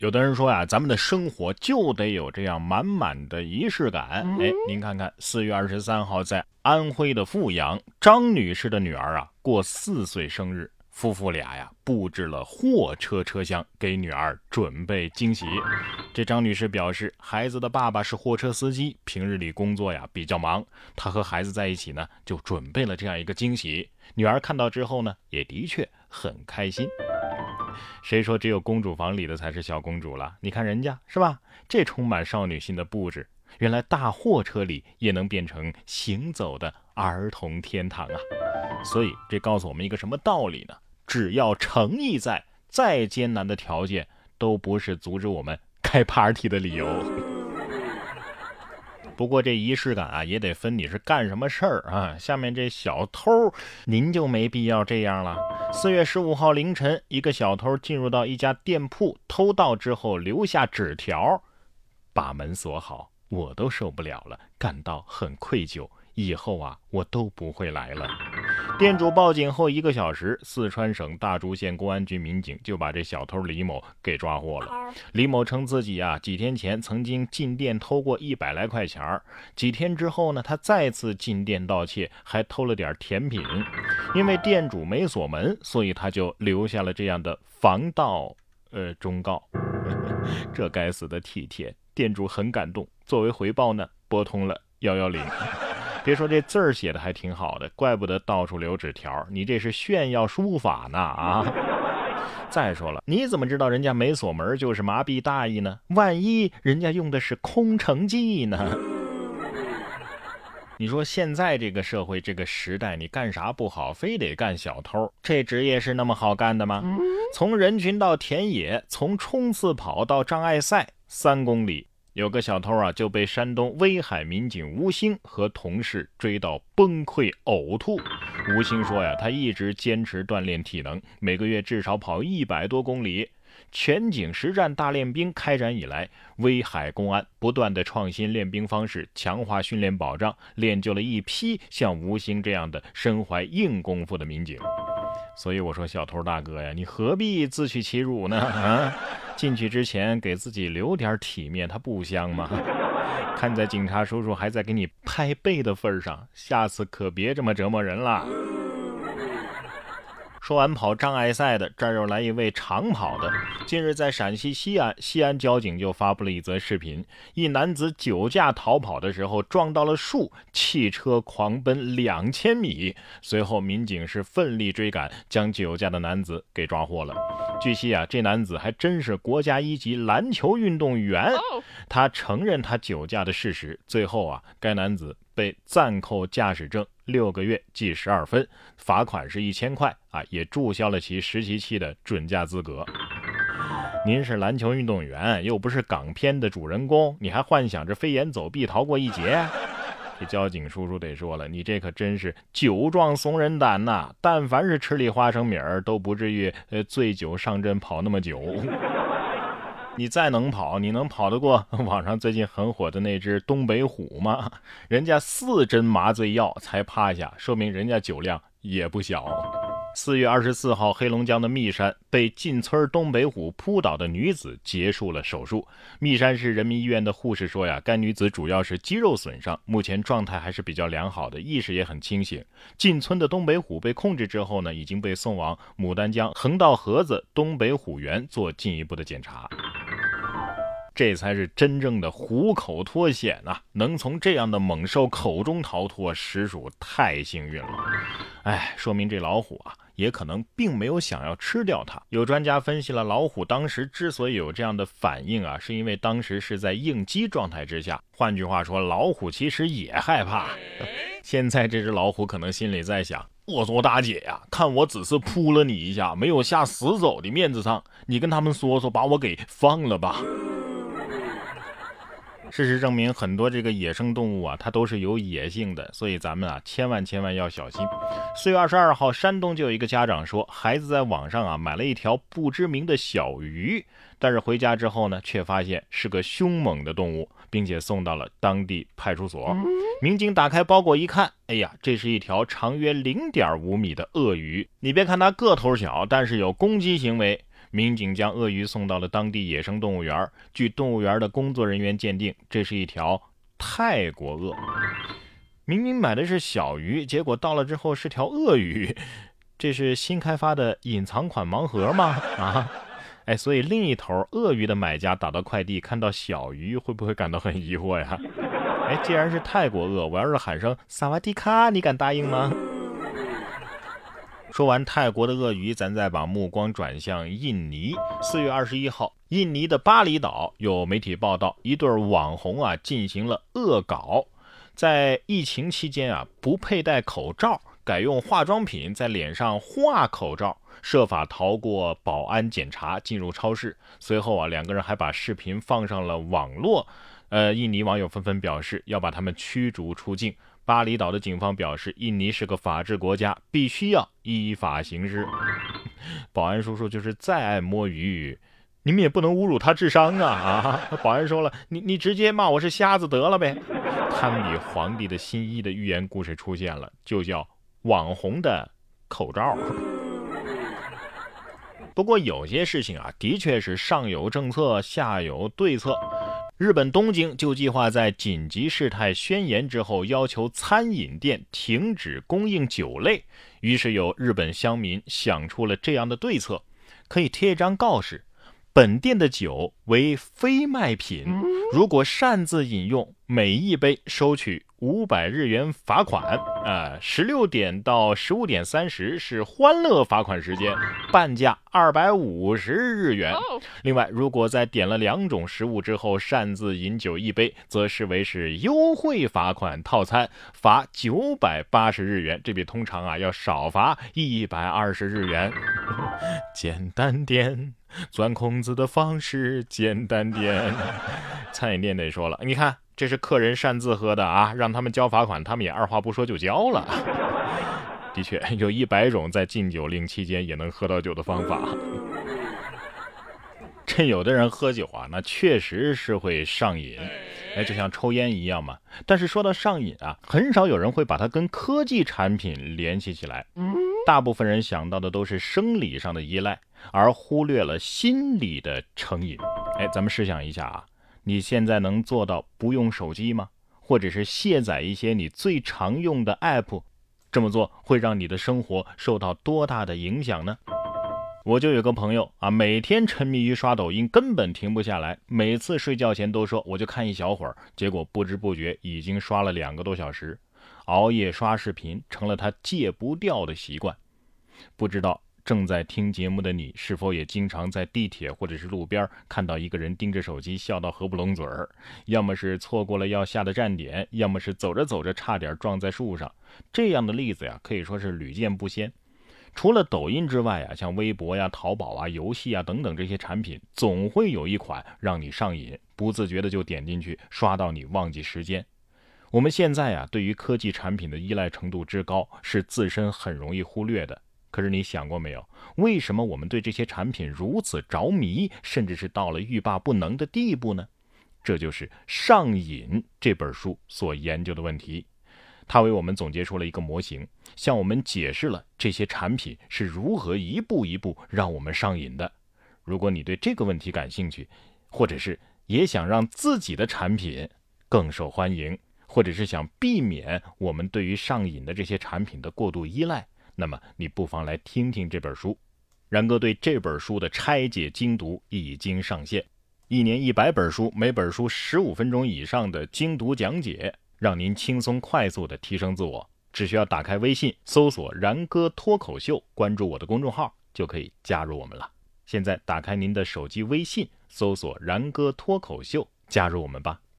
有的人说呀，咱们的生活就得有这样满满的仪式感。您看看4月23号在安徽的阜阳，张女士的女儿啊过4岁生日，夫妇俩呀布置了货车车厢给女儿准备惊喜。这张女士表示，孩子的爸爸是货车司机，平日里工作呀比较忙，她和孩子在一起呢就准备了这样一个惊喜。女儿看到之后呢也的确很开心。谁说只有公主房里的才是小公主了？你看人家是吧，这充满少女心的布置，原来大货车里也能变成行走的儿童天堂啊！所以这告诉我们一个什么道理呢？只要诚意在，再艰难的条件都不是阻止我们开 party 的理由。不过这仪式感啊，也得分你是干什么事儿啊。下面这小偷，您就没必要这样了。4月15号凌晨，一个小偷进入到一家店铺，偷盗之后留下纸条，把门锁好，我都受不了了，感到很愧疚，以后啊，我都不会来了。店主报警后1个小时，四川省大竹县公安局民警就把这小偷李某给抓获了。李某称自己啊，几天前曾经进店偷过100来块钱，几天之后呢，他再次进店盗窃，还偷了点甜品。因为店主没锁门，所以他就留下了这样的防盗忠告。这该死的体贴，店主很感动，作为回报呢，拨通了110。别说这字儿写的还挺好的，怪不得到处留纸条，你这是炫耀书法呢啊！再说了，你怎么知道人家没锁门就是麻痹大意呢？万一人家用的是空城计呢？你说现在这个社会这个时代，你干啥不好，非得干小偷？这职业是那么好干的吗？从人群到田野，从冲刺跑到障碍赛，3公里。有个小偷啊，就被山东威海民警吴兴和同事追到崩溃呕吐。吴兴说呀，他一直坚持锻炼体能，每个月至少跑100多公里。全警实战大练兵开展以来，威海公安不断的创新练兵方式，强化训练保障，练就了一批像吴兴这样的身怀硬功夫的民警。所以我说，小偷大哥呀，你何必自取其辱呢？啊，进去之前给自己留点体面，它不香吗？看在警察叔叔还在给你拍背的份上，下次可别这么折磨人了。说完跑障碍赛的，这儿又来一位长跑的。近日在陕西西安，西安交警就发布了一则视频，一男子酒驾逃跑的时候撞到了树，汽车狂奔2000米，随后民警是奋力追赶，将酒驾的男子给抓获了。据悉啊，这男子还真是国家1级篮球运动员，他承认他酒驾的事实。最后啊，该男子被暂扣驾驶证6个月记12分，罚款是1000块啊，也注销了其实习期的准驾资格。您是篮球运动员，又不是港片的主人公，你还幻想着飞檐走壁逃过一劫？这交警叔叔得说了，你这可真是酒壮怂人胆呐！但凡是吃粒花生米儿，都不至于醉酒上阵跑那么久。你再能跑，你能跑得过网上最近很火的那只东北虎吗？人家4针麻醉药才趴下，说明人家酒量也不小。4月24号，黑龙江的密山被进村东北虎扑倒的女子结束了手术。密山市人民医院的护士说呀，该女子主要是肌肉损伤，目前状态还是比较良好的，意识也很清醒。进村的东北虎被控制之后呢，已经被送往牡丹江横道河子东北虎园做进一步的检查。这才是真正的虎口脱险啊！能从这样的猛兽口中逃脱，实属太幸运了。说明这老虎啊，也可能并没有想要吃掉它。有专家分析了，老虎当时之所以有这样的反应啊，是因为当时是在应激状态之下。换句话说，老虎其实也害怕。现在这只老虎可能心里在想，我说大姐呀，看我只是扑了你一下，没有下死走的面子上，你跟他们说说，把我给放了吧。事实证明，很多这个野生动物啊，它都是有野性的，所以咱们啊，千万要小心。4月22号，山东就有一个家长说，孩子在网上啊买了一条不知名的小鱼，但是回家之后呢，却发现是个凶猛的动物，并且送到了当地派出所。民警打开包裹一看，哎呀，这是一条长约0.5米的鳄鱼。你别看它个头小，但是有攻击行为。 民警将鳄鱼送到了当地野生动物园。据动物园的工作人员鉴定，这是一条泰国鳄。明明买的是小鱼，结果到了之后是条鳄鱼，这是新开发的隐藏款盲盒吗？所以另一头鳄鱼的买家打到快递，看到小鱼会不会感到很疑惑呀？既然是泰国鳄，我要是喊声萨瓦迪卡，你敢答应吗？说完泰国的鳄鱼，咱再把目光转向印尼。4月21号，印尼的巴厘岛有媒体报道，一对网红进行了恶搞，在疫情期间不佩戴口罩，改用化妆品在脸上画口罩，设法逃过保安检查，进入超市。随后两个人还把视频放上了网络。印尼网友纷纷表示要把他们驱逐出境。巴厘岛的警方表示，印尼是个法治国家，必须要依法行事。保安叔叔就是再爱摸鱼，你们也不能侮辱他智商保安说了，你直接骂我是瞎子得了呗。堪比皇帝的新衣的寓言故事出现了，就叫网红的口罩。不过有些事情的确是上有政策下有对策。日本东京就计划在紧急事态宣言之后要求餐饮店停止供应酒类，于是有日本乡民想出了这样的对策，可以贴一张告示，本店的酒为非卖品，如果擅自饮用，每一杯收取500日元罚款。16点到15点30是欢乐罚款时间，半价250日元。另外，如果在点了2种食物之后擅自饮酒1杯，则视为是优惠罚款套餐，罚980日元，这比通常要少罚120日元。简单点，钻空子的方式简单点。餐饮店得说了，你看这是客人擅自喝的让他们交罚款，他们也二话不说就交了。的确有100种在禁酒令期间也能喝到酒的方法。这有的人喝酒那确实是会上瘾，就像抽烟一样嘛。但是说到上瘾很少有人会把它跟科技产品联系起来。大部分人想到的都是生理上的依赖，而忽略了心理的成瘾。咱们试想一下你现在能做到不用手机吗？或者是卸载一些你最常用的 app， 这么做会让你的生活受到多大的影响呢？我就有个朋友每天沉迷于刷抖音，根本停不下来，每次睡觉前都说我就看一小会儿，结果不知不觉已经刷了2个多小时。熬夜刷视频成了他戒不掉的习惯。不知道正在听节目的你，是否也经常在地铁或者是路边看到一个人盯着手机笑到合不拢嘴儿，要么是错过了要下的站点，要么是走着走着差点撞在树上。这样的例子可以说是屡见不鲜。除了抖音之外像微博淘宝游戏等等这些产品，总会有一款让你上瘾，不自觉的就点进去，刷到你忘记时间。我们现在对于科技产品的依赖程度之高，是自身很容易忽略的。可是你想过没有，为什么我们对这些产品如此着迷，甚至是到了欲罢不能的地步呢？这就是《上瘾》这本书所研究的问题。他为我们总结出了一个模型，向我们解释了这些产品是如何一步一步让我们上瘾的。如果你对这个问题感兴趣，或者是也想让自己的产品更受欢迎，或者是想避免我们对于上瘾的这些产品的过度依赖，那么你不妨来听听这本书。然哥对这本书的拆解精读已经上线，1年100本书，每本书15分钟以上的精读讲解，让您轻松快速的提升自我。只需要打开微信搜索然哥脱口秀，关注我的公众号就可以加入我们了。现在打开您的手机微信搜索然哥脱口秀，加入我们吧。